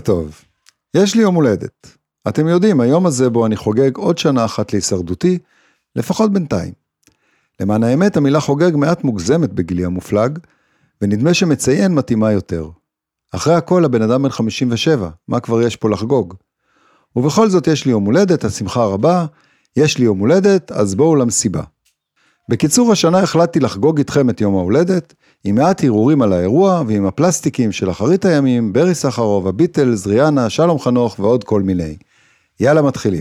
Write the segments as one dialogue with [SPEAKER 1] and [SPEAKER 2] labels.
[SPEAKER 1] טוב, יש לי יום הולדת. אתם יודעים, היום הזה בו אני חוגג עוד שנה אחת להישרדותי, לפחות בינתיים. למען האמת, המילה חוגג מעט מוגזמת בגילי המופלג, ונדמה שמציין מתאימה יותר. אחרי הכל, הבן אדם בן 57, מה כבר יש פה לחגוג? ובכל זאת יש לי יום הולדת, השמחה רבה, יש לי יום הולדת, אז בואו למסיבה. בקיצור, השנה החלטתי לחגוג איתכם את יום ההולדת, עם מעט הרהורים על האירוע, ועם הפלסטיקים של אחרית הימים, ברי סחרוב, הביטלס, ריאנה, שלום חנוך ועוד כל מיני. יאללה, מתחילים.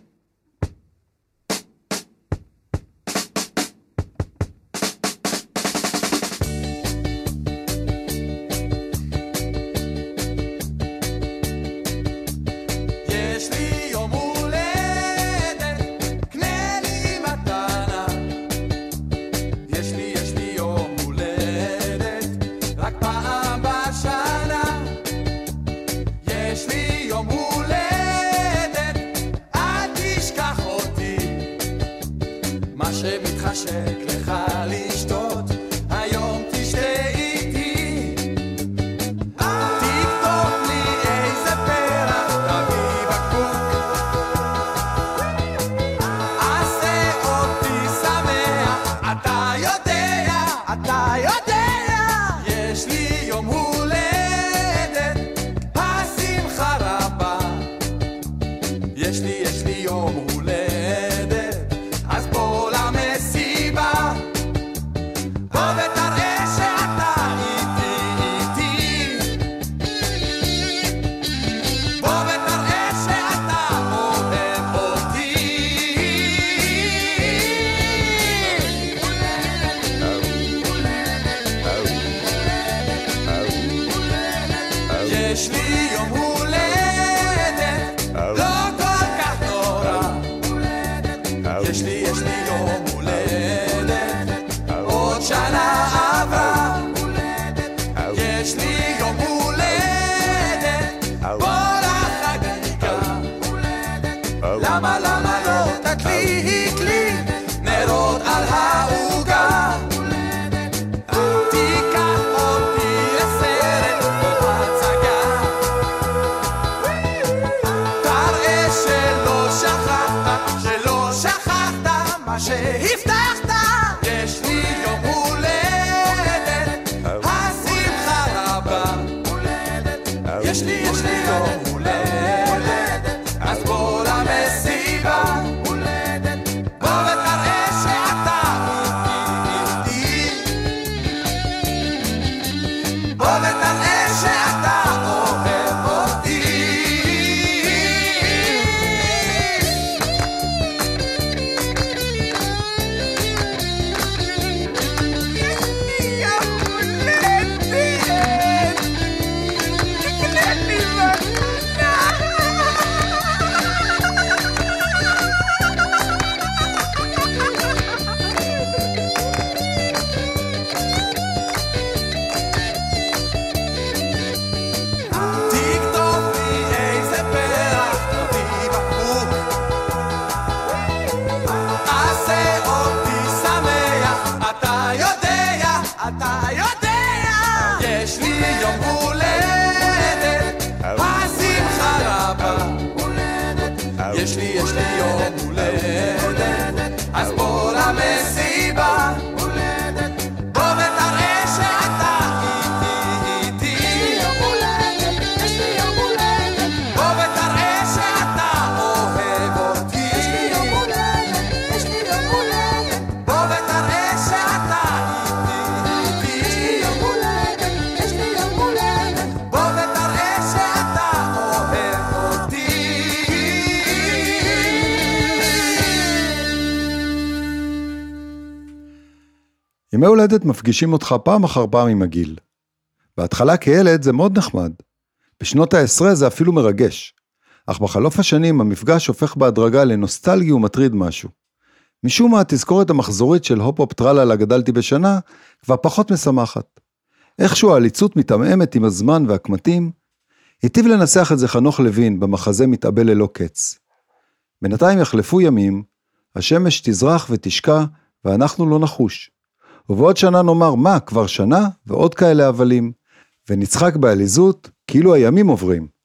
[SPEAKER 1] ימי הולדת מפגישים אותך פעם אחר פעם עם הגיל. בהתחלה כילד זה מאוד נחמד. בשנות ה-10 זה אפילו מרגש. אך בחלוף השנים המפגש הופך בהדרגה לנוסטלגי ומטריד משהו. משום מה התזכורת המחזורית של הופ-הופ טרלה גדלתי בשנה כבר פחות משמחת. איכשהו העליצות מתעממת עם הזמן והקמטים. היטיב לנסח את זה חנוך לוין במחזה מתאבל ללא קץ. בינתיים יחלפו ימים, השמש תזרח ותשקע ואנחנו לא נחוש. ובעוד שנה נאמר, מה, כבר שנה? ועוד כאלה הבלים. ונצחק בעליזות, כאילו הימים עוברים.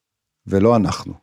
[SPEAKER 1] ולא אנחנו.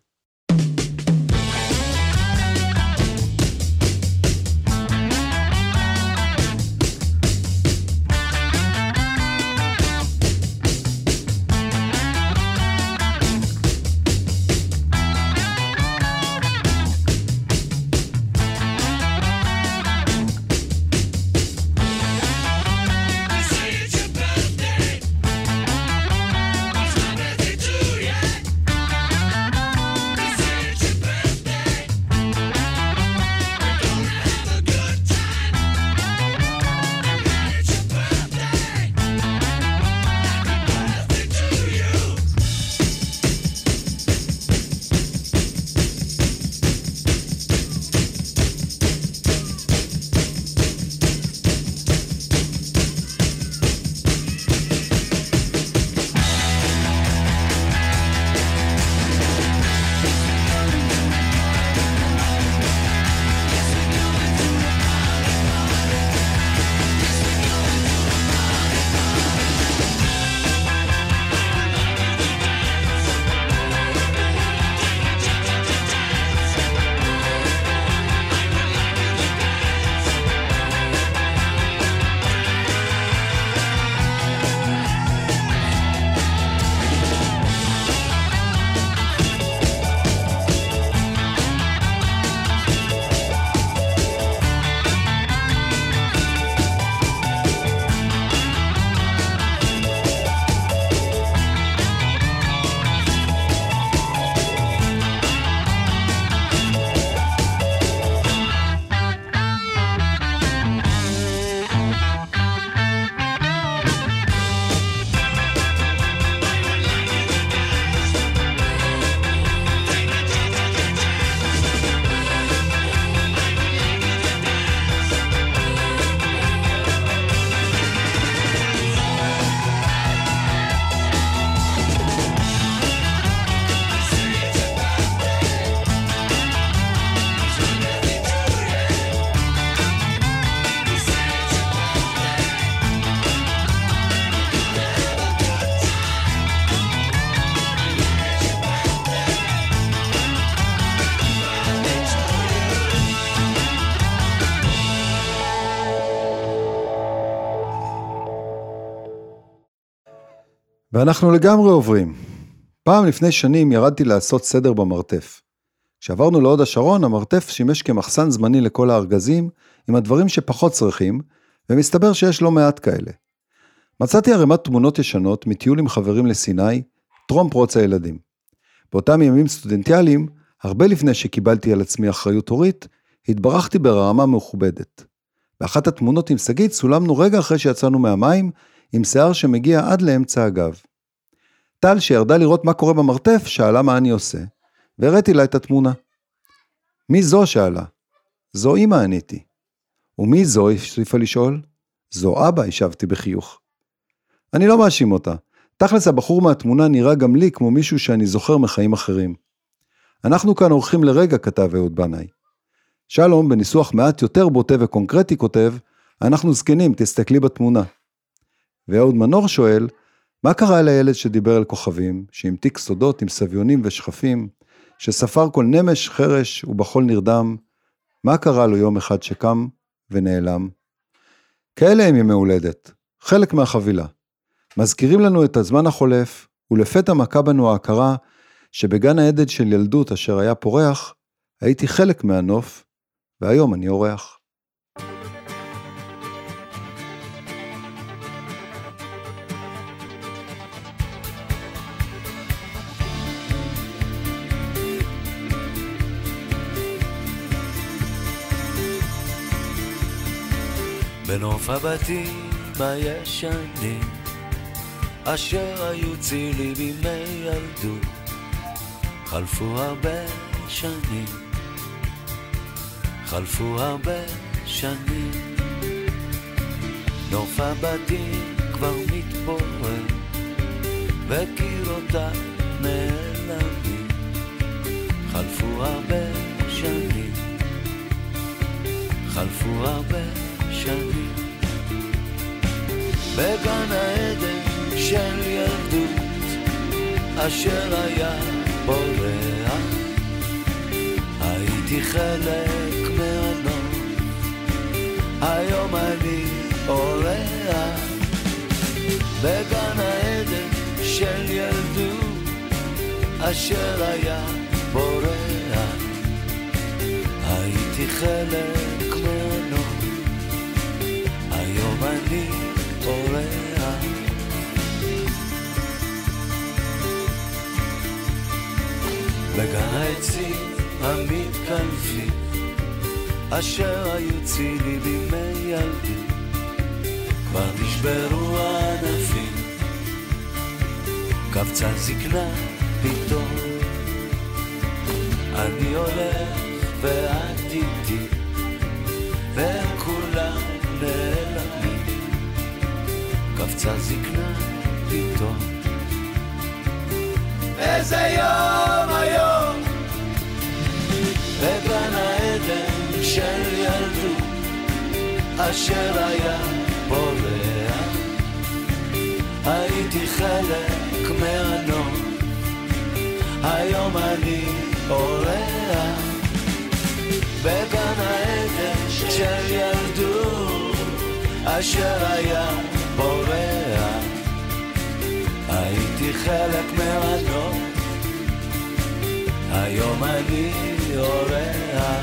[SPEAKER 1] ואנחנו לגמרי עוברים. פעם לפני שנים ירדתי לעשות סדר במרתף. כשעברנו להוד השרון, המרתף שימש כמחסן זמני לכל הארגזים, עם הדברים שפחות צריכים, ומסתבר שיש לא מעט כאלה. מצאתי ערימת תמונות ישנות מטיול עם חברים לסיני, טרום פרוץ הילדים. באותם ימים סטודנטיאליים, הרבה לפני שקיבלתי על עצמי אחריות הורית, התברכתי ברמה מכובדת. באחת התמונות עם סגית סולמנו רגע אחרי שיצאנו מהמים, עם שיער שמגיע עד לאמצע הגב. טל שירדה לראות מה קורה במרתף, שאלה מה אני עושה, והראיתי לה את התמונה. מי זו? שאלה. זו אמא, עניתי. ומי זו? הפסיפה לשאול. זו אבא, השבתי בחיוך. אני לא מאשים אותה. תכלס הבחור מהתמונה נראה גם לי כמו מישהו שאני זוכר מחיים אחרים. אנחנו כאן עורכים לרגע, כתב אהוד בנאי. שלום, בניסוח מעט יותר בוטה וקונקרטי כותב, אנחנו זקנים, תסתכלי בתמונה. ואהוד מנור שואל, מה קרה לילד שדיבר על כוכבים, שהמתיק סודות עם סביונים ושכפים, שספר כל נמש, חרש ובחול נרדם, מה קרה לו יום אחד שקם ונעלם? כאלה הם ימי הולדת, חלק מהחבילה. מזכירים לנו את הזמן החולף, ולפתע מכה בנו ההכרה, שבגן העדד של ילדות אשר היה פורח, הייתי חלק מהנוף, והיום אני אורח.
[SPEAKER 2] בנוף הבתים הישנים אשר היו צילי בימי ילדות חלפו הרבה שנים, חלפו הרבה שנים. נוף הבתים כבר מתפורר וקירותיו נעלמים, חלפו הרבה שנים, חלפו הרבה שנים. בגן העדן של ילדות אשר היה בורח, הייתי חלק מהנוף, היום אני אורח, בגן העדן של ילדות, אשר היה בורח, הייתי חלק מהנוף, היום אני אורח. בגן העצים המתקלפים, אשר היו צילי בימי ילדות, כבר נשברו הענפים, קבצה זקנה פתאום, אני הולך ואת איתי, והם כולם נעלמים, קבצה זקנה פתאום. איזה יום היום בגן העדן של ילדות, אשר היה בורח, הייתי חלק מהנוף, היום אני אורח, בגן העדן של ילדות, אשר היה בורח, הייתי חלק מהנוף, היום אני אורח.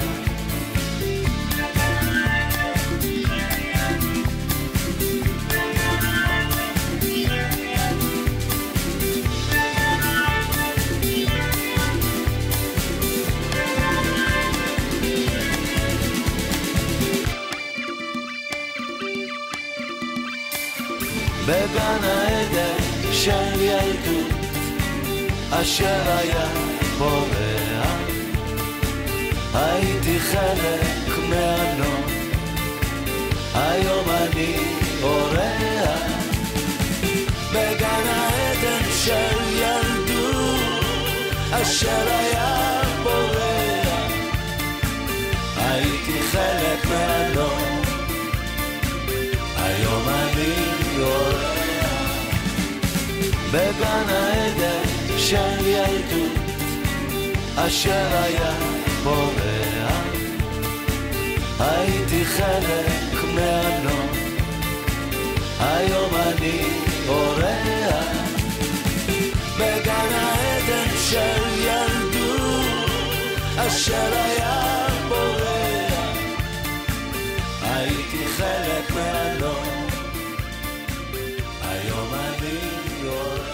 [SPEAKER 2] בגן העדן של ילדות, אשר היה בורח, הייתי חלק מהנוף, היום אני אורח, בגן העדן של ילדות, אשר היה בורח, הייתי חלק מהנוף, היום אני אורח, בגן העדן של ילדות, אשר היה בורח, הייתי חלק מהנוף, היום אני אורח, בגן העדן של ילדות, אשר היה בורח, הייתי חלק מהנוף, היום אני אורח,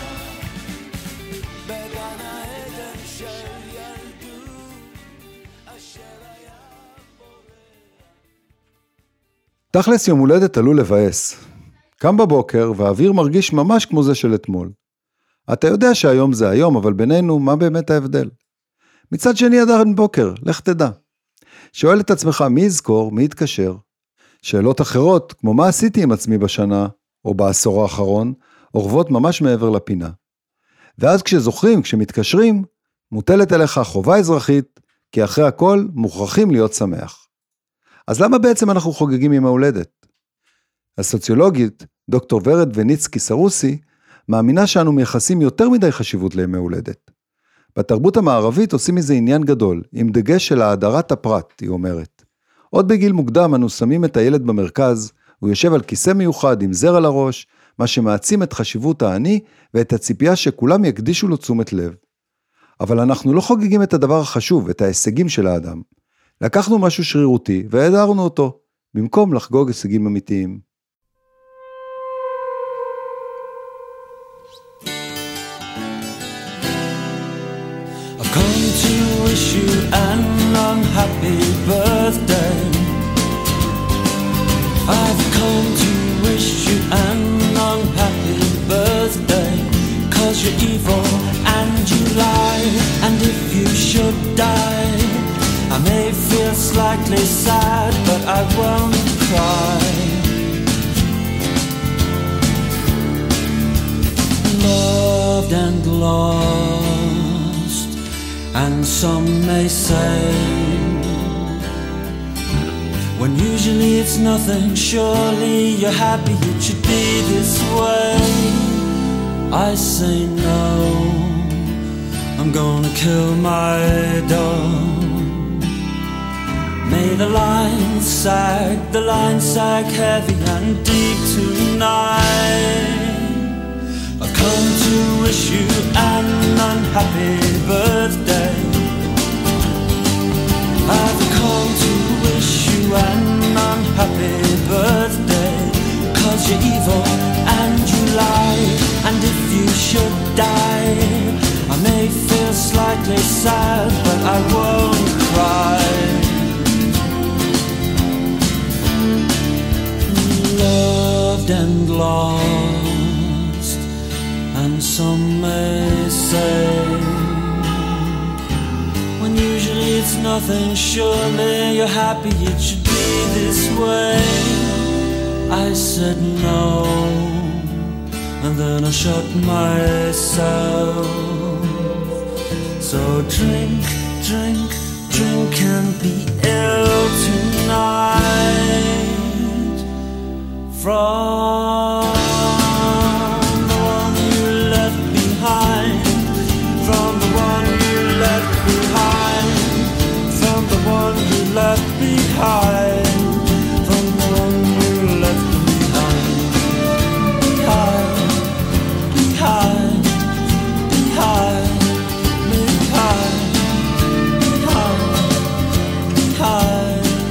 [SPEAKER 2] בגן העדן של ילדות, אשר היה בורח.
[SPEAKER 1] תכלס יום הולדת עלול לבאס. קם בבוקר והאוויר מרגיש ממש כמו זה של אתמול. אתה יודע שהיום זה היום, אבל בינינו מה באמת ההבדל? מצד שני עדיין בוקר, לך תדע. שואל את עצמך מי יזכור, מי יתקשר. שאלות אחרות, כמו מה עשיתי עם עצמי בשנה, או בעשור האחרון, אורבות ממש מעבר לפינה. ואז כשזוכרים, כשמתקשרים, מוטלת אליך חובה אזרחית, כי אחרי הכל מוכרחים להיות שמח. אז למה בעצם אנחנו חוגגים עם ההולדת? הסוציולוגית, דוקטור ורד וניצקי סרוסי, מאמינה שאנו מייחסים יותר מדי חשיבות לימי הולדת. בתרבות המערבית עושים מזה עניין גדול, עם דגש של האדרת הפרט, היא אומרת. עוד בגיל מוקדם אנו שמים את הילד במרכז, הוא יושב על כיסא מיוחד עם זר על הראש, מה שמעצים את חשיבות העני ואת הציפייה שכולם יקדישו לו תשומת לב. אבל אנחנו לא חוגגים את הדבר החשוב, את ההישגים של האדם. לקחנו משהו שרירותי והדרנו אותו, במקום לחגוג הישגים אמיתיים.
[SPEAKER 2] I've come to wish you an unhappy birthday. I've come to wish you an unhappy birthday, 'cause you're evil and you lie, and if you should die, I may feel slightly sad, but I won't cry. Loved and lost, and some may say, when usually it's nothing, surely you're happy, it should be this way. I say no, I'm gonna kill my dog. May the lines sag heavy and deep tonight. I've come to wish you an unhappy birthday. I've come to wish you an unhappy birthday. 'Cause you're evil and you lie, and if you should die, I may feel slightly sad, but I won't cry. Loved and lost, and some may say, when usually it's nothing, surely you're happy, it should be this way. I said no, and then I shut myself. So drink, drink, drink and be ill tonight. From the one you left behind, from the one you left behind, from the one you left behind, from the one you left behind. Behind, behind, behind, behind, behind, behind.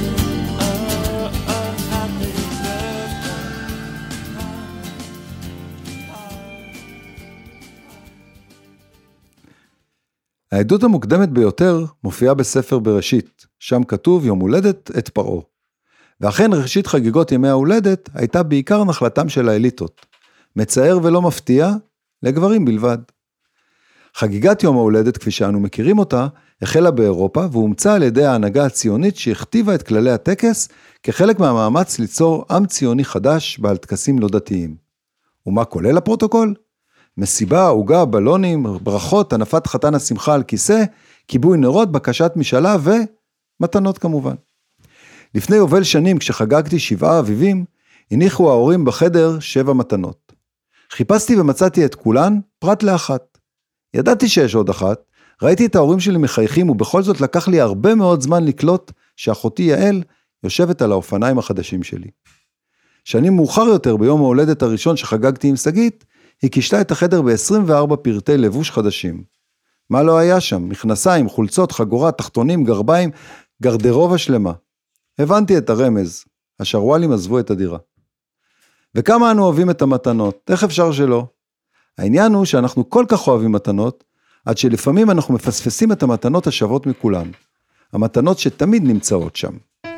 [SPEAKER 1] העדות המוקדמת ביותר מופיעה בספר בראשית, שם כתוב יום הולדת את פרעה. ואכן ראשית חגיגות ימי ההולדת הייתה בעיקר נחלתם של האליטות, מצער ולא מפתיע לגברים בלבד. חגיגת יום ההולדת כפי שאנו מכירים אותה, החלה באירופה והומצאה על ידי ההנהגה הציונית שהכתיבה את כללי הטקס כחלק מהמאמץ ליצור עם ציוני חדש בעל טקסים לא דתיים. ומה כולל הפרוטוקול? מסיבה, עוגה, בלונים, ברכות, הנפת חתן השמחה על כיסא, כיבוי נרות, בקשת משאלה ומתנות כמובן. לפני יובל שנים כשחגגתי 7 אביבים, הניחו ההורים בחדר 7 מתנות. חיפשתי ומצאתי את כולן פרט לאחת. ידעתי שיש עוד אחת, ראיתי את ההורים שלי מחייכים ובכל זאת לקח לי הרבה מאוד זמן לקלוט שאחותי יעל יושבת על האופניים החדשים שלי. שנים מאוחר יותר ביום ההולדת הראשון שחגגתי עם סגית, היא קישתה את החדר ב-24 פרטי לבוש חדשים. מה לא היה שם? מכנסיים, חולצות, חגורה, תחתונים, גרביים, גרדרובה שלמה. הבנתי את הרמז. השרוואלים עזבו את הדירה. וכמה אנו אוהבים את המתנות? איך אפשר שלא? העניין הוא שאנחנו כל כך אוהבים מתנות, עד שלפעמים אנחנו מפספסים את המתנות השוות מכולן. המתנות שתמיד נמצאות שם.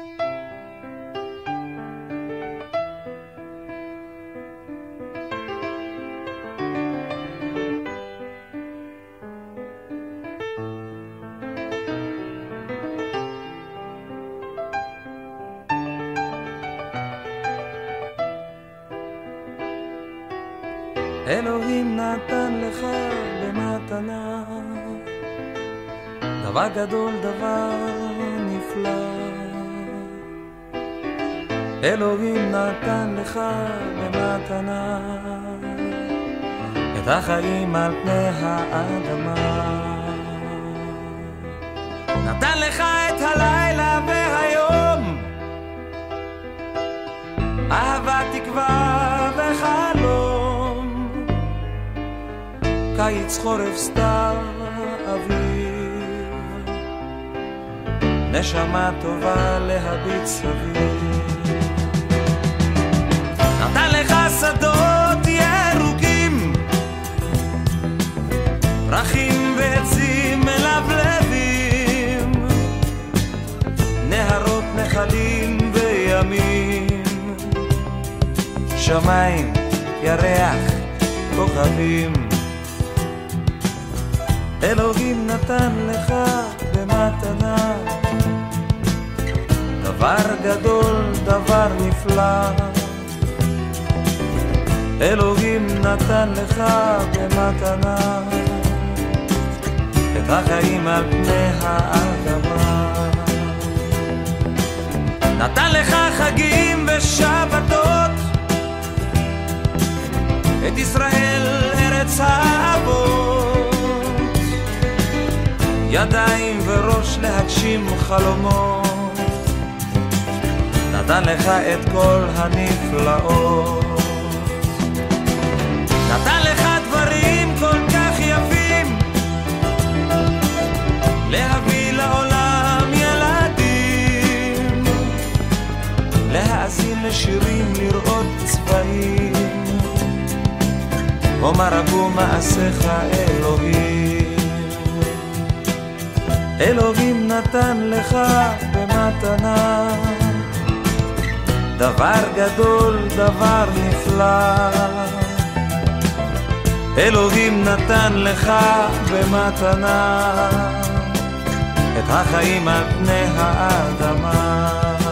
[SPEAKER 2] אלוהים נתן לך במתנה דבר גדול, דבר נפלא. אלוהים נתן לך במתנה את החיים על פני האדמה. נתן לך את הלילה והיום, אהבה, תקווה וחלום, קיץ, חורף, סתיו, אביב, נשמה טובה להביט סביב. נתן לך שדות ירוקים, פרחים ועצים מלבלבים, נהרות, נחלים וימים, שמיים, ירח, כוכבים. אלוהים נתן לך במתנה דבר גדול, דבר נפלא. אלוהים נתן לך במתנה את החיים על פני האדמה. נתן לך חגים ושבתות, את ישראל ארץ האבות, ידיים וראש להגשים חלומות, נתן לך את כל הנפלאות, נתן לך דברים כל כך יפים, להביא לעולם ילדים, להאזין לשירים, לראות צבעים, אומר רבו מעשיך אלוהים. אלוהים נתן לך במתנה דבר גדול, דבר נפלא, אלוהים נתן לך במתנה את החיים על פני האדמה.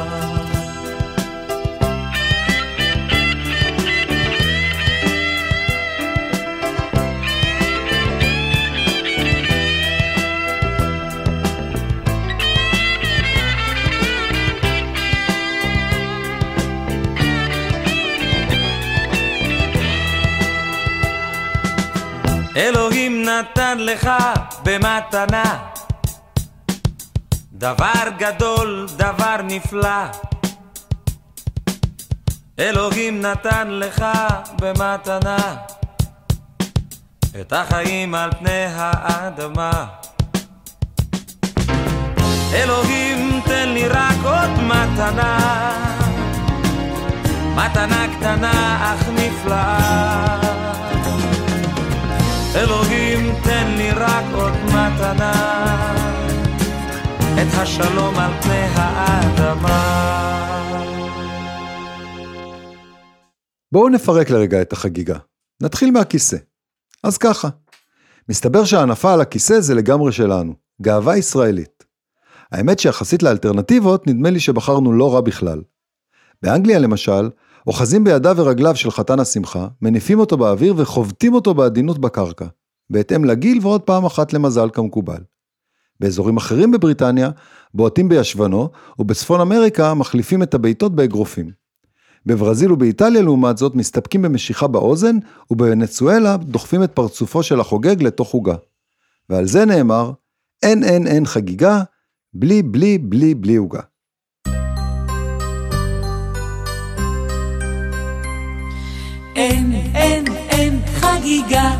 [SPEAKER 2] אלוהים נתן לך במתנה דבר גדול, דבר נפלא, אלוהים נתן לך במתנה את החיים על פני האדמה. אלוהים תן לי רק עוד מתנה, מתנה קטנה אך נפלאה, אלוהים תן לי רק עוד מתנה את השלום על פני האדמה.
[SPEAKER 1] בואו נפרק לרגע את החגיגה. נתחיל מהכיסא. אז ככה, מסתבר שהענפה על הכיסא זה לגמרי שלנו, גאווה ישראלית. האמת שיחסית לאלטרנטיבות נדמה לי שבחרנו לא רע בכלל. באנגליה למשל, אוחזים בידיו ורגליו של חתן השמחה, מניפים אותו באוויר וחובטים אותו בעדינות בקרקע, בהתאם לגיל ועוד פעם אחת למזל כמקובל. באזורים אחרים בבריטניה, בועטים בישבנו, ובצפון אמריקה מחליפים את הביתות באגרופים. בברזיל ובאיטליה לעומת זאת מסתפקים במשיכה באוזן, ובוונצואלה דוחפים את פרצופו של החוגג לתוך חוגה. ועל זה נאמר, אין חגיגה, בלי הוגה.
[SPEAKER 3] אין חגיגה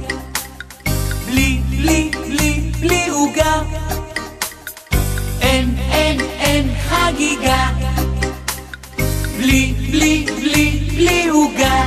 [SPEAKER 3] בלי הוגה, אין חגיגה בלי הוגה.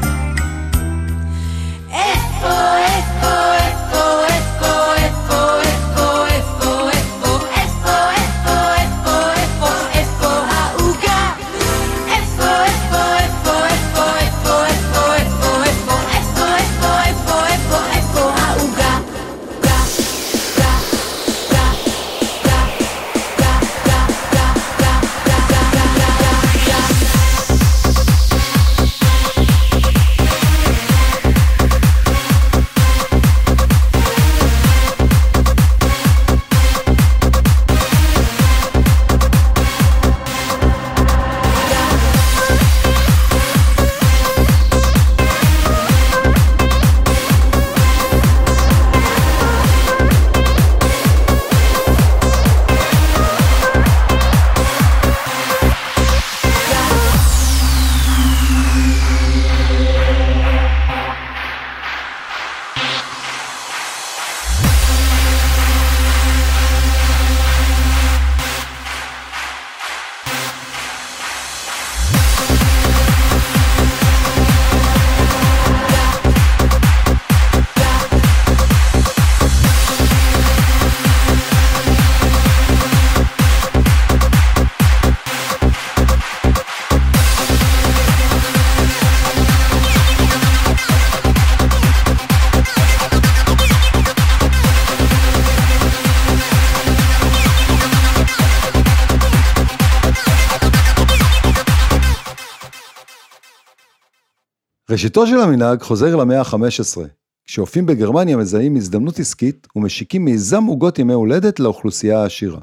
[SPEAKER 1] ראשיתו של המנהג חוזר למאה ה-15, כשאופים בגרמניה מזהים הזדמנות עסקית ומשיקים מיזם עוגות ימי הולדת לאוכלוסייה העשירה.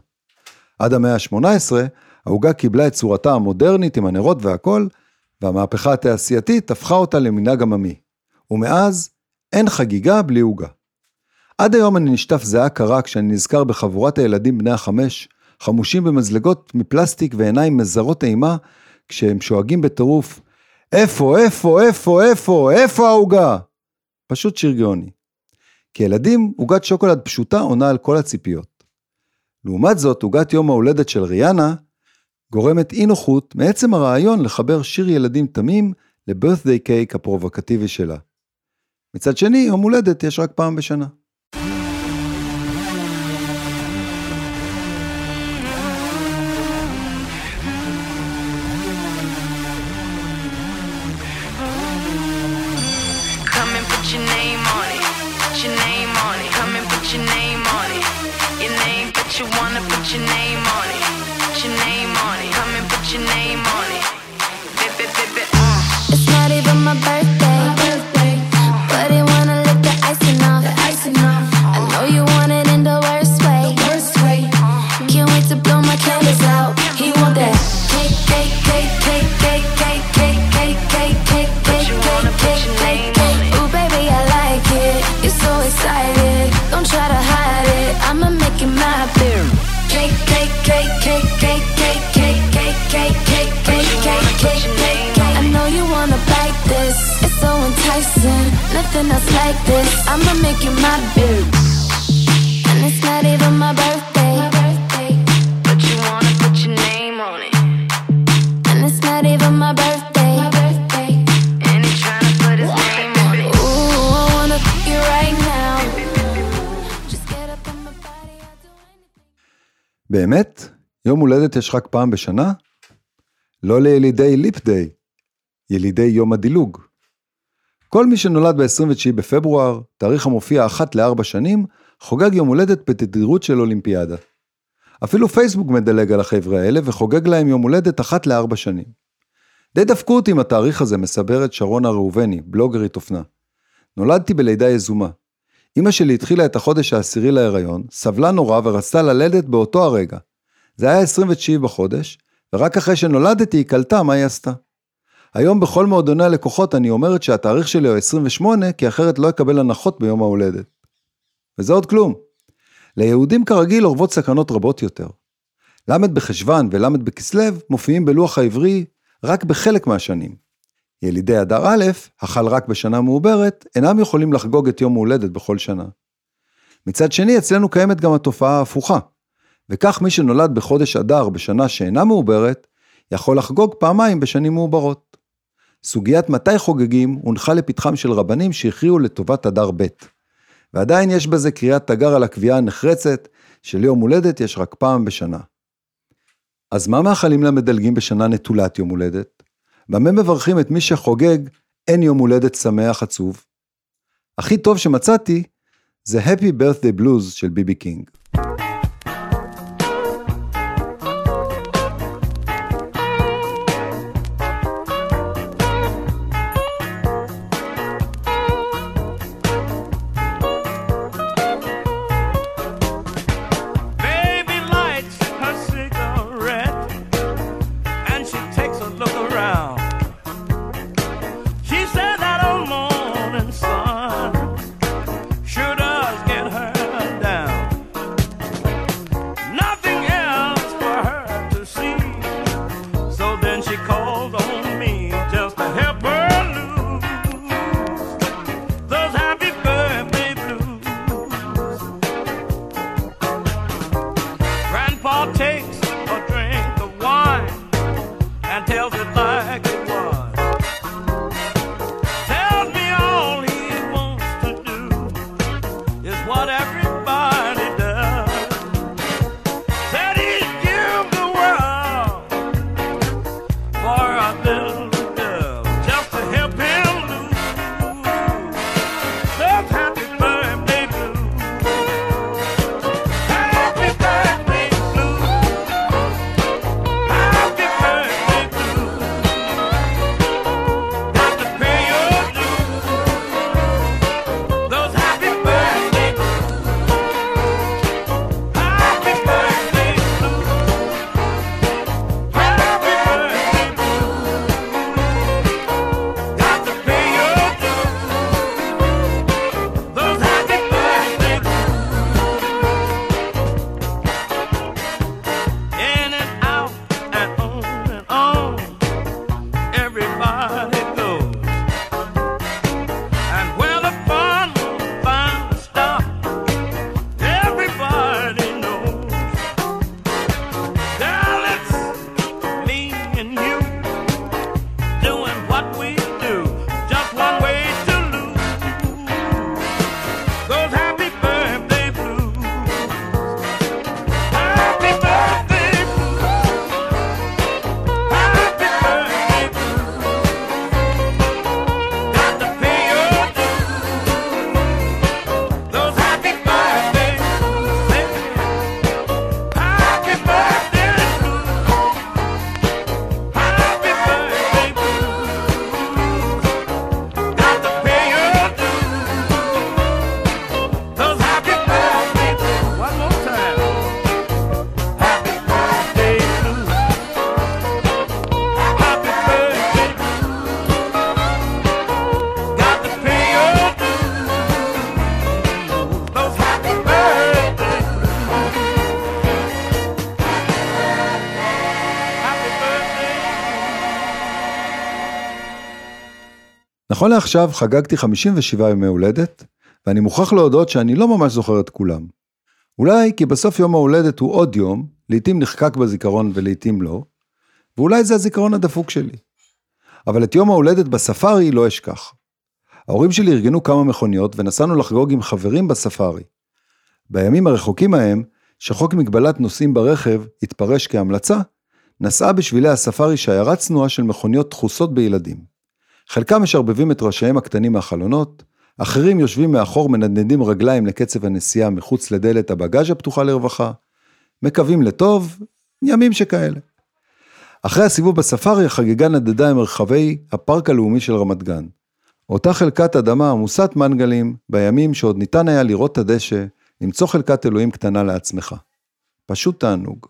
[SPEAKER 1] עד המאה ה-18, העוגה קיבלה את צורתה המודרנית עם הנרות והכל, והמהפכה התעשייתית הפכה אותה למנהג עממי. ומאז אין חגיגה בלי עוגה. עד היום אני נשטף זהה קרה כשאני נזכר בחבורת הילדים בני 5, חמושים במזלגות מפלסטיק ועיניים מזרות אימה, כשהם שואגים בטירוף, איפה ההוגה? פשוט שיר גאוני. כילדים, עוגת שוקולד פשוטה עונה על כל הציפיות. לעומת זאת, עוגת יום ההולדת של ריאנה, גורמת אי נוחות מעצם הרעיון לחבר שיר ילדים תמים לבirthday cake הפרובוקטיבי שלה. מצד שני, יום הולדת יש רק פעם בשנה.
[SPEAKER 4] Nothing else like this. I'ma make you my babe. And it's not even my birthday. But you wanna put your name on it. And it's not even my birthday. And he's trying to put his name on it. Ooh, I wanna fuck you right now. Just get up in my body, I'll do anything.
[SPEAKER 1] באמת? יום הולדת יש רק פעם בשנה? לא לילידי ליפ דיי, ילידי יום הדילוג. כל מי שנולד ב-29 בפברואר, תאריך המופיע 1 ל-4 שנים, חוגג יום הולדת בתדירות של אולימפיאדה. אפילו פייסבוק מדלג על החבר'ה האלה וחוגג להם יום הולדת 1 ל-4 שנים. די דפקו אותי עם התאריך הזה, מסברת שרונה ראובני, בלוגרית אופנה. נולדתי בלידה יזומה. אמא שלי התחילה את החודש העשירי להיריון, סבלה נורא ורצתה ללדת באותו הרגע. זה היה 29 בחודש, ורק אחרי שנולדתי היא קלטה מה היא עשתה. היום בכל מועדוני הלקוחות אני אומרת שהתאריך שלי הוא 28, כי אחרת לא יקבל הנחות ביום ההולדת. וזה עוד כלום. ליהודים כרגיל אורבות סכנות רבות יותר. למד בחשבן ולמד בכסלב מופיעים בלוח העברי רק בחלק מהשנים. ילידי אדר א', החל רק בשנה מעוברת, אינם יכולים לחגוג את יום ההולדת בכל שנה. מצד שני, אצלנו קיימת גם התופעה ההפוכה, וכך מי שנולד בחודש אדר בשנה שאינה מעוברת, יכול לחגוג פעמיים בשנים מעוברות. סוגיית מתי חוגגים הונחה לפתחם של רבנים שהכריעו לטובת אדר ב', ועדיין יש בזה קריאת תגר על הקביעה הנחרצת של יום הולדת יש רק פעם בשנה. אז מה מאחלים למדלגים בשנה נטולת יום הולדת? במה מברכים את מי שחוגג אין יום הולדת שמח עצוב? הכי טוב שמצאתי זה Happy Birthday Blues של ביבי קינג. נכון לעכשיו חגגתי 57 ימי הולדת, ואני מוכרח להודות שאני לא ממש זוכר את כולם. אולי כי בסוף יום ההולדת הוא עוד יום, לעתים נחקק בזיכרון ולעתים לא, ואולי זה הזיכרון הדפוק שלי. אבל את יום ההולדת בספארי לא אשכח. ההורים שלי ארגנו כמה מכוניות ונסענו לחגוג עם חברים בספארי. בימים הרחוקים ההם, שחוק מגבלת נוסעים ברכב התפרש כהמלצה, נסעה בשבילי הספארי שיירה צנועה של מכוניות דחוסות בילדים. חלקם משרבבים את ראשיהם הקטנים מהחלונות, אחרים יושבים מאחור מנדנדים רגליים לקצב הנסיעה מחוץ לדלת הבגאז' הפתוחה לרווחה, מקווים לטוב, ימים שכאלה. אחרי הסיבוב בספארי החגיגה נדדה עם מרחבי הפארק הלאומי של רמת גן. אותה חלקת אדמה עמוסת מנגלים בימים שעוד ניתן היה לראות את הדשא, למצוא חלקת אלוהים קטנה לעצמך. פשוט תענוג.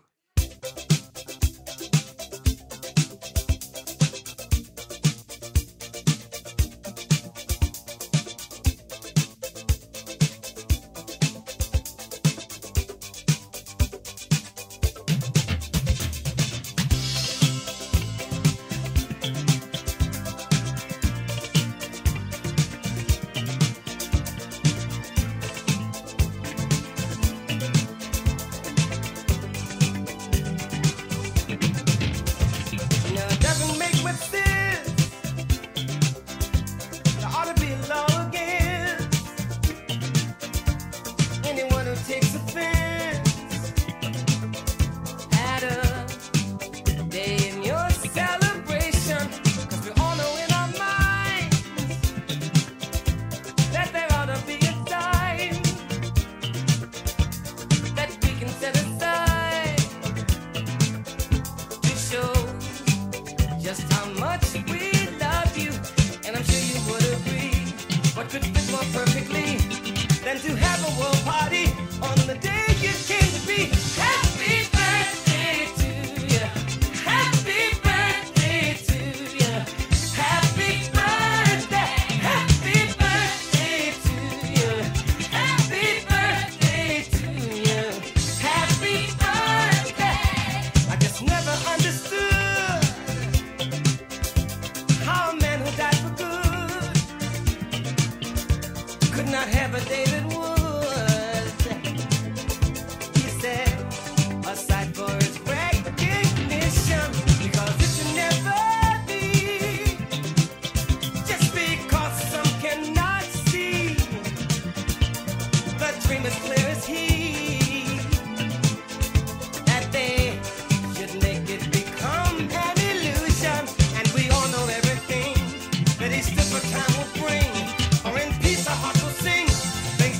[SPEAKER 5] That is the time will bring, or in peace our heart will sing. Think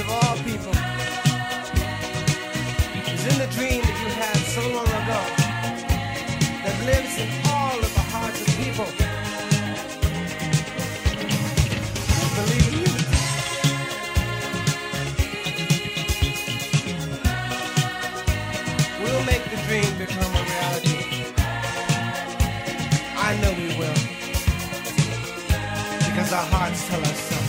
[SPEAKER 5] of all people is in the dream that you had so long ago that lives in all of the hearts of people who believe in you. We'll make the dream become a reality. I know we will, because our hearts tell us so.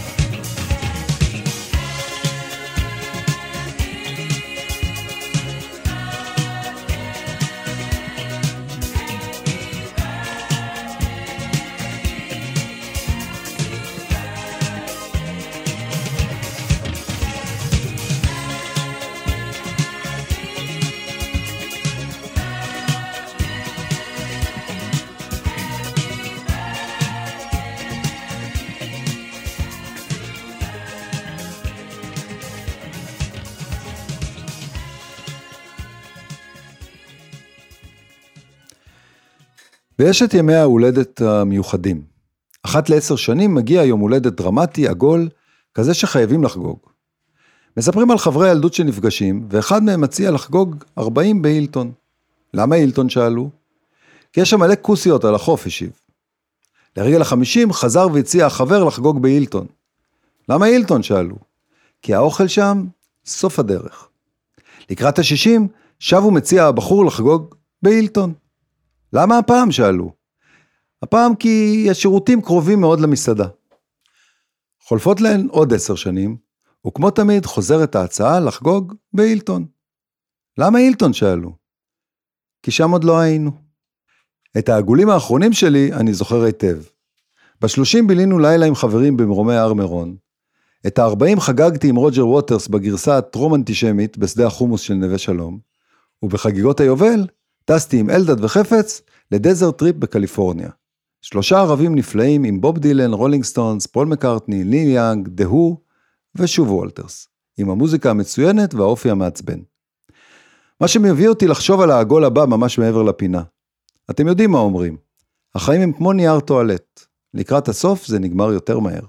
[SPEAKER 1] ויש את ימי ההולדת המיוחדים. אחת ל10 שנים מגיע יום הולדת דרמטי, עגול, כזה שחייבים לחגוג. מספרים על חברי ילדות שנפגשים, ואחד מהם מציע לחגוג 40 בהילטון. למה הילטון שאלו? כי יש שם מלא כוסיות על החוף, השיב. לרגל ה50 חזר והציע החבר לחגוג בהילטון. למה הילטון שאלו? כי האוכל שם סוף הדרך. לקראת ה60 שב ומציע הבחור לחגוג בהילטון. למה הפעם שאלו? הפעם כי השירותים קרובים מאוד למסעדה. חולפות להן עוד 10 שנים, וכמו תמיד חוזרת ההצעה לחגוג בהילטון. למה הילטון שאלו? כי שם עוד לא היינו. את העגולים האחרונים שלי אני זוכר היטב. ב30 בילינו לילה עם חברים במרומי הר מירון. את ה40 חגגתי עם רוג'ר ווטרס בגרסה הטרום אנטישמית בשדה החומוס של נווה שלום, ובחגיגות היובל טסתי עם אלדד וחפץ לדזרט טריפ בקליפורניה. 3 ערבים נפלאים עם בוב דילן, רולינג סטונס, פול מקארטני, ניל יאנג, דה-הו ושוב וולטרס, עם המוזיקה המצוינת והאופי המעצבן. מה שמביא אותי לחשוב על העגול הבא ממש מעבר לפינה. אתם יודעים מה אומרים, החיים הם כמו נייר טואלט, לקראת הסוף זה נגמר יותר מהר.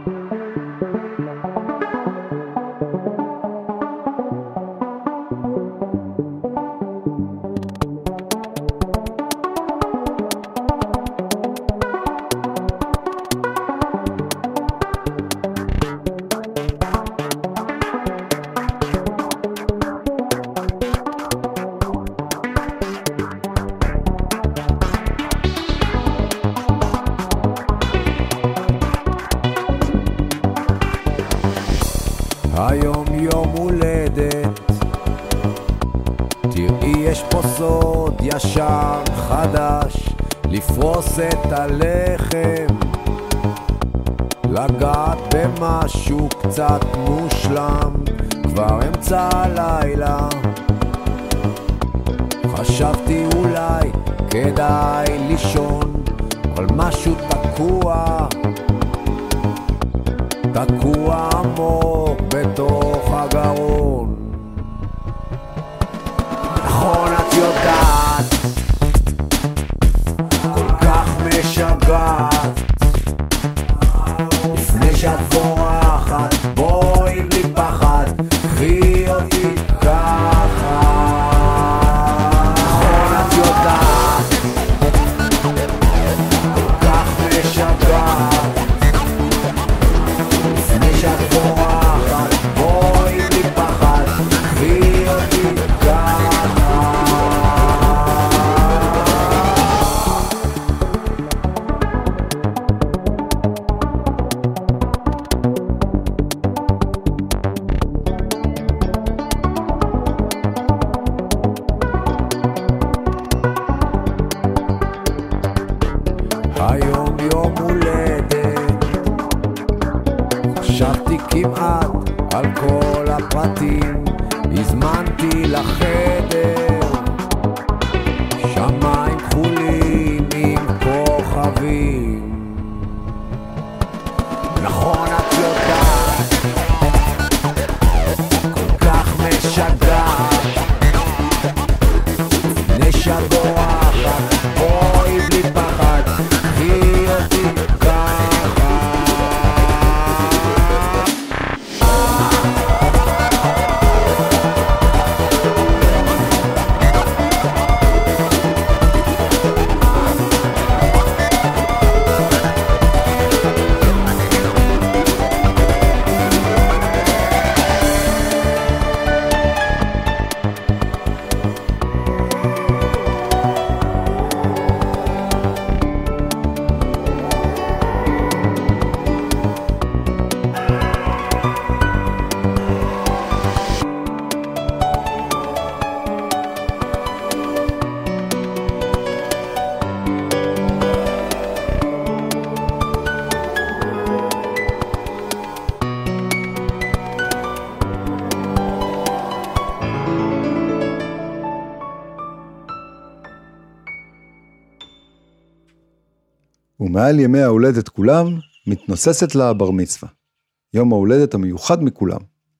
[SPEAKER 6] היום יום הולדת, תראי יש פה סוד ישר חדש, לפרוס את הלחם, לגעת במשהו קצת מושלם, כבר אמצע הלילה, חשבתי אולי כדאי לישון, אבל משהו תקוע עמוק בתוך הגרון. נכון את יודעת, כל כך משגעת, לפני שאת בורחת, בואי בלי פחד, קחי אותי ככה. נכון את יודעת, כל כך משגעת, שאת בורחת, בואי בלי פחד, קחי אותי ככה. היום יום הולדת, חשבתי כמעט על כל הפרטים, הזמנתי לחדר שמיים כחולים עם כוכבים. נכון את יודעת, כל כך משגעת, לפני שאת בורחת, בואי בלי פחד, קחי אותי ככה.
[SPEAKER 1] ומעל ימי ההולדת כולם מתנוססת לה הבר מצווה, יום ההולדת המיוחד מכולם.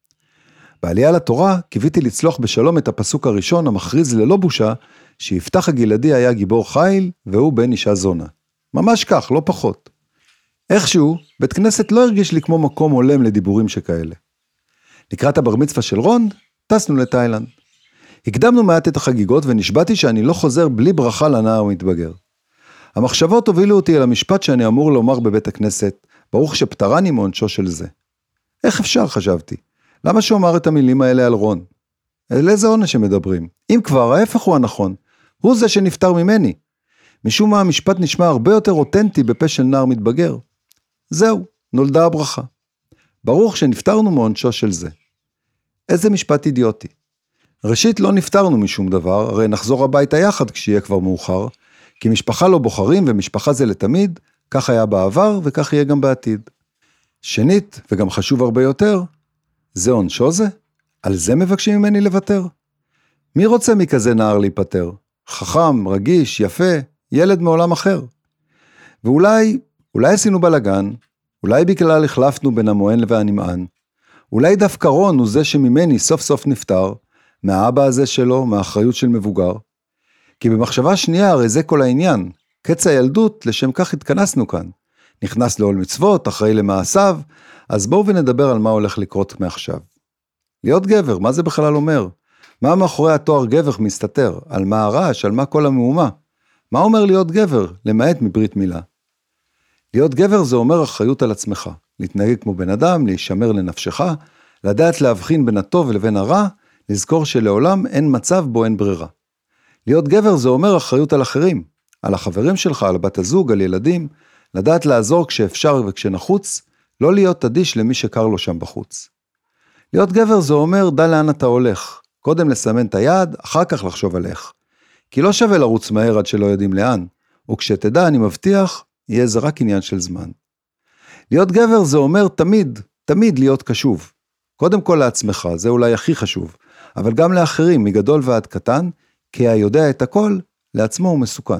[SPEAKER 1] בעלייה לתורה קיוויתי לצלוח בשלום את הפסוק הראשון המכריז ללא בושה שיפתח הגלעדי היה גיבור חיל והוא בן אישה זונה. ממש כך, לא פחות. איכשהו, בית כנסת לא הרגיש לי כמו מקום עולם לדיבורים שכאלה. לקראת הבר מצווה של רון, טסנו לתאילנד. הקדמנו מעט את החגיגות ונשבעתי שאני לא חוזר בלי ברכה לנער המתבגר. המחשבות הובילו אותי אל המשפט שאני אמור לומר בבית הכנסת, ברוך שפטרני מעונשו של זה. איך אפשר, חשבתי? למה שאומר את המילים האלה על רון? על איזה עונש שמדברים? אם כבר, ההפך הוא הנכון. הוא זה שנפטר ממני. משום מה המשפט נשמע הרבה יותר אותנטי בפה של נער מתבגר. זהו, נולדה הברכה. ברוך שנפטרנו מעונשו של זה. איזה משפט אידיוטי. ראשית לא נפטרנו משום דבר, הרי נחזור הביתה יחד כשיהיה כבר מאוחר, כי משפחה לא בוחרים ומשפחה זה לתמיד, כך היה בעבר וכך יהיה גם בעתיד. שנית, וגם חשוב הרבה יותר, זה עונשו זה? על זה מבקשים ממני לוותר? מי רוצה מכזה נער להיפטר? חכם, רגיש, יפה, ילד מעולם אחר. ואולי עשינו בלגן, אולי בכלל החלפנו בין המוען והנמען, אולי דווקא רון הוא זה שממני סוף סוף נפטר, מהאבא הזה שלו, מהאחריות של מבוגר, כי במחשבה שנייה הרי זה כל העניין, קץ הילדות לשם כך התכנסנו כאן, נכנס לעול מצוות, אחראי למעשיו, אז בואו ונדבר על מה הולך לקרות מעכשיו. להיות גבר, מה זה בכלל אומר? מה מאחורי התואר גבר מסתתר? על מה הרעש? על מה כל המהומה? מה אומר להיות גבר, למעט מברית מילה? להיות גבר זה אומר אחריות על עצמך, להתנהג כמו בן אדם, להישמר לנפשך, לדעת להבחין בין הטוב לבין הרע, לזכור שלעולם אין מצב בו אין ברירה. להיות גבר זה אומר אחריות על אחרים, על החברים שלך, על בת הזוג, על ילדים, לדעת לעזור כשאפשר וכשנחוץ, לא להיות אדיש למי שקר לו שם בחוץ. להיות גבר זה אומר דע לאן אתה הולך, קודם לסמן את היד, אחר כך לחשוב על איך. כי לא שווה לרוץ מהר עד שלא יודעים לאן, וכשתדע אני מבטיח, יהיה זה רק עניין של זמן. להיות גבר זה אומר תמיד להיות קשוב. קודם כל לעצמך, זה אולי הכי חשוב, אבל גם לאחרים, מגדול ועד קטן, כי היודע את הכל, לעצמו הוא מסוכן.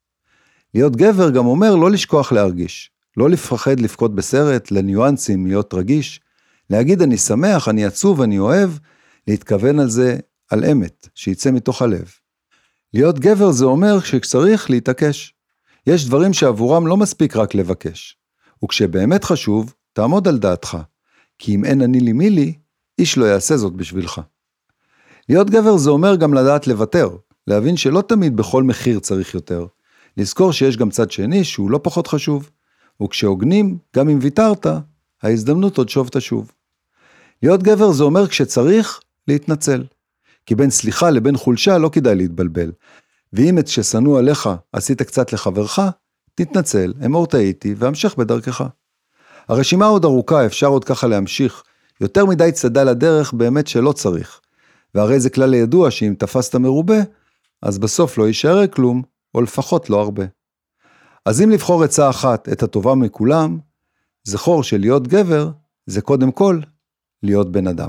[SPEAKER 1] להיות גבר גם אומר לא לשכוח להרגיש, לא לפחד לפקוד בסרט, לניואנסים, להיות רגיש, להגיד אני שמח, אני עצוב, אני אוהב, להתכוון על זה, על אמת, שיצא מתוך הלב. להיות גבר זה אומר שצריך להתעקש. יש דברים שעבורם לא מספיק רק לבקש, וכשבאמת חשוב, תעמוד על דעתך, כי אם אין אני לי מי לי, איש לא יעשה זאת בשבילך. להיות גבר זה אומר גם לדעת לוותר, להבין שלא תמיד בכל מחיר צריך יותר, לזכור שיש גם צד שני שהוא לא פחות חשוב, וכשהוגנים, גם אם ויתרת, ההזדמנות עוד שוב תשוב. להיות גבר זה אומר כשצריך להתנצל, כי בין סליחה לבין חולשה לא כדאי להתבלבל, ואם את ששנוא עליך עשית קצת לחברך, תתנצל, אמור טעיתי והמשך בדרכך. הרשימה עוד ארוכה, אפשר עוד ככה להמשיך, יותר מדי צדה לדרך באמת שלא צריך, והרי זה כלל ידוע שאם תפסת מרובה, אז בסוף לא יישאר כלום, או לפחות לא הרבה. אז אם לבחור עצה אחת את הטובה מכולם, זכור שלהיות גבר זה קודם כל להיות בן אדם.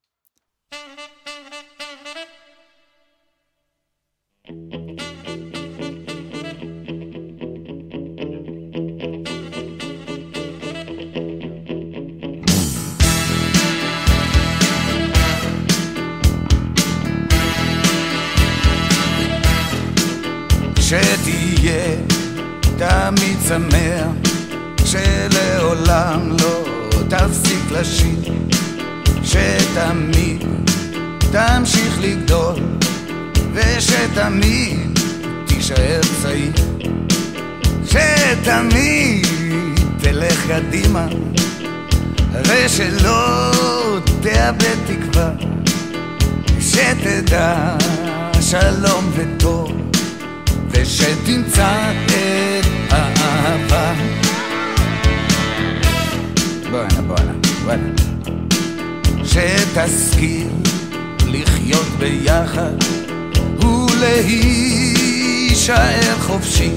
[SPEAKER 7] שתהיה תמיד שמח, שלעולם לא תפסיק לשיר, שתמיד תמשיך לגדול, ושתמיד תישאר צעיר, שתמיד תלך קדימה, ושלא תאבד תקווה, שתדע שלום וטוב, ושתמצא את האהבה. בואנה שתזכיר לחיות ביחד ולהישאר חופשי,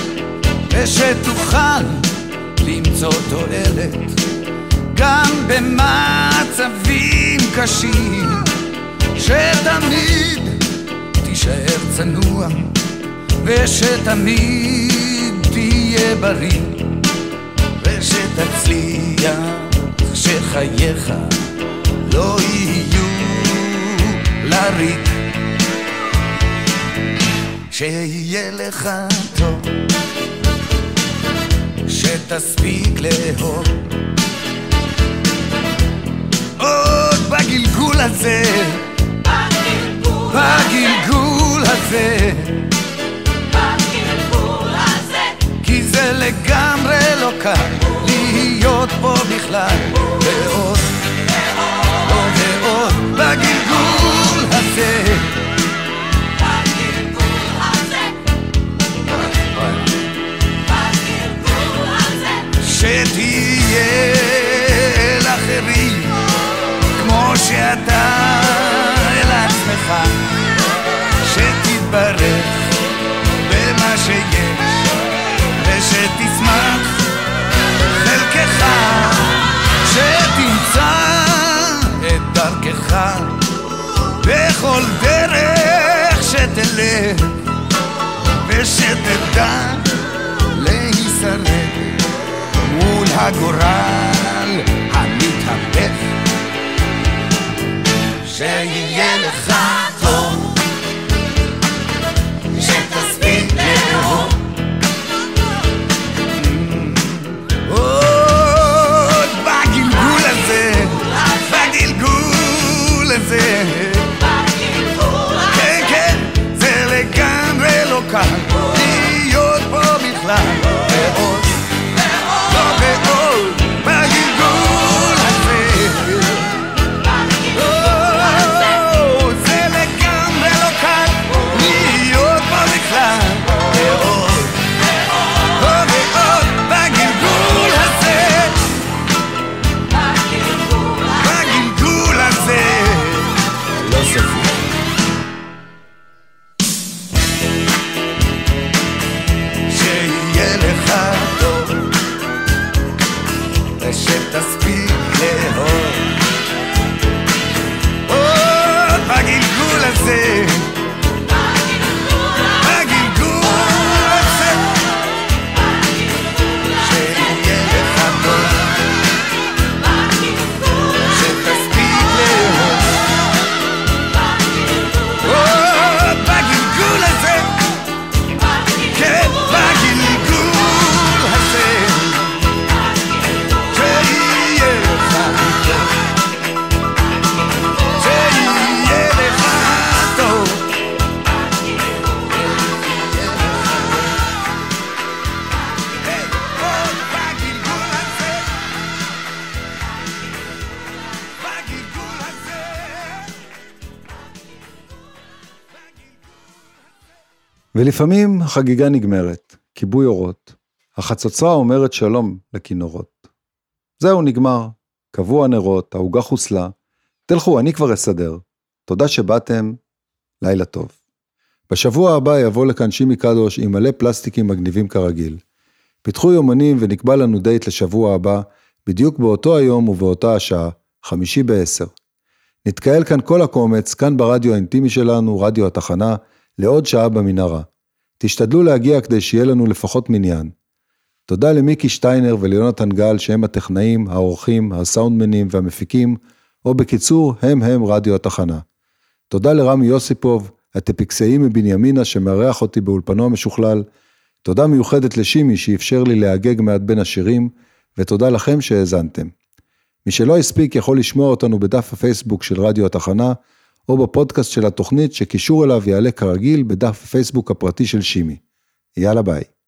[SPEAKER 7] ושתוכל למצוא תועלת גם במצבים קשים, שתמיד תישאר צנוע, ושתמיד שתהיה בריא ושתצליח, שחייך לא יהיו לריק, שיהיה לך טוב, שתספיק לאהוב עוד בגלגול הזה, בגלגול הזה, כי זה לגמרי לא קל להיות פה בכלל, ועוד, עוד ועוד בגלגול הזה, שתהיה לאחרים כמו שאתה אל עצמך, שתתברך במה שיש ושתשמח חלקך, שתמצא את דרכך בכל דרך שתלך, ושתדע להישרד מול הגורל המתהפך, שיהיה לך טוב, שתספיק לאהוב עוד בגלגול הזה, בגלגול הזה, כן כן, זה לגמרי לא קל להיות פה בכלל, ועוד ועוד בגלגול הזה, זה לגמרי לא קל להיות פה בכלל, ועוד ועוד בגלגול הזה, בגלגול הזה, לא סופי. שיהיה לך טוב ושתספיק לאהוב עוד בגלגול הזה, בגלגול הזה, שיהיה לך טוב שתספיק לאהוב עוד בגלגול הזה, כן בגלגול הזה, שיהיה לך טוב, שיהיה לך טוב, עוד בגלגול הזה, בגלגול הזה.
[SPEAKER 1] ולפעמים החגיגה נגמרת, כיבוי אורות. החצוצרה אומרת שלום לכינורות. זהו, נגמר. קבעו הנרות, העוגה חוסלה. תלכו, אני כבר אסדר. תודה שבאתם, לילה טוב. בשבוע הבא יבוא לכאן שימי קדוש עם מלא פלסטיקים מגניבים כרגיל. פיתחו יומנים ונקבע לנו דייט לשבוע הבא, בדיוק באותו היום ובאותה השעה, 5:50. נתקהל כאן כל הקומץ, כאן ברדיו האינטימי שלנו, רדיו התחנה, לעוד שעה במנהרה. תשתדלו להגיע כדי שיהיה לנו לפחות מניין. תודה למיקי שטיינר וליונתן גל שהם הטכנאים, האורחים, הסאונדמנים והמפיקים, או בקיצור, הם רדיו התחנה. תודה לרמי יוסיפוב, הטפיקסאי מבנימינה שמארח אותי באולפנו המשוכלל. תודה מיוחדת לשימי שאפשר לי להגג מעט בין השירים, ותודה לכם שהאזנתם. מי שלא הספיק יכול לשמוע אותנו בדף הפייסבוק של רדיו התחנה, או בפודקאסט של התוכנית שקישור אליו יעלה כרגיל בדף הפייסבוק הפרטי של שימי. יאללה ביי.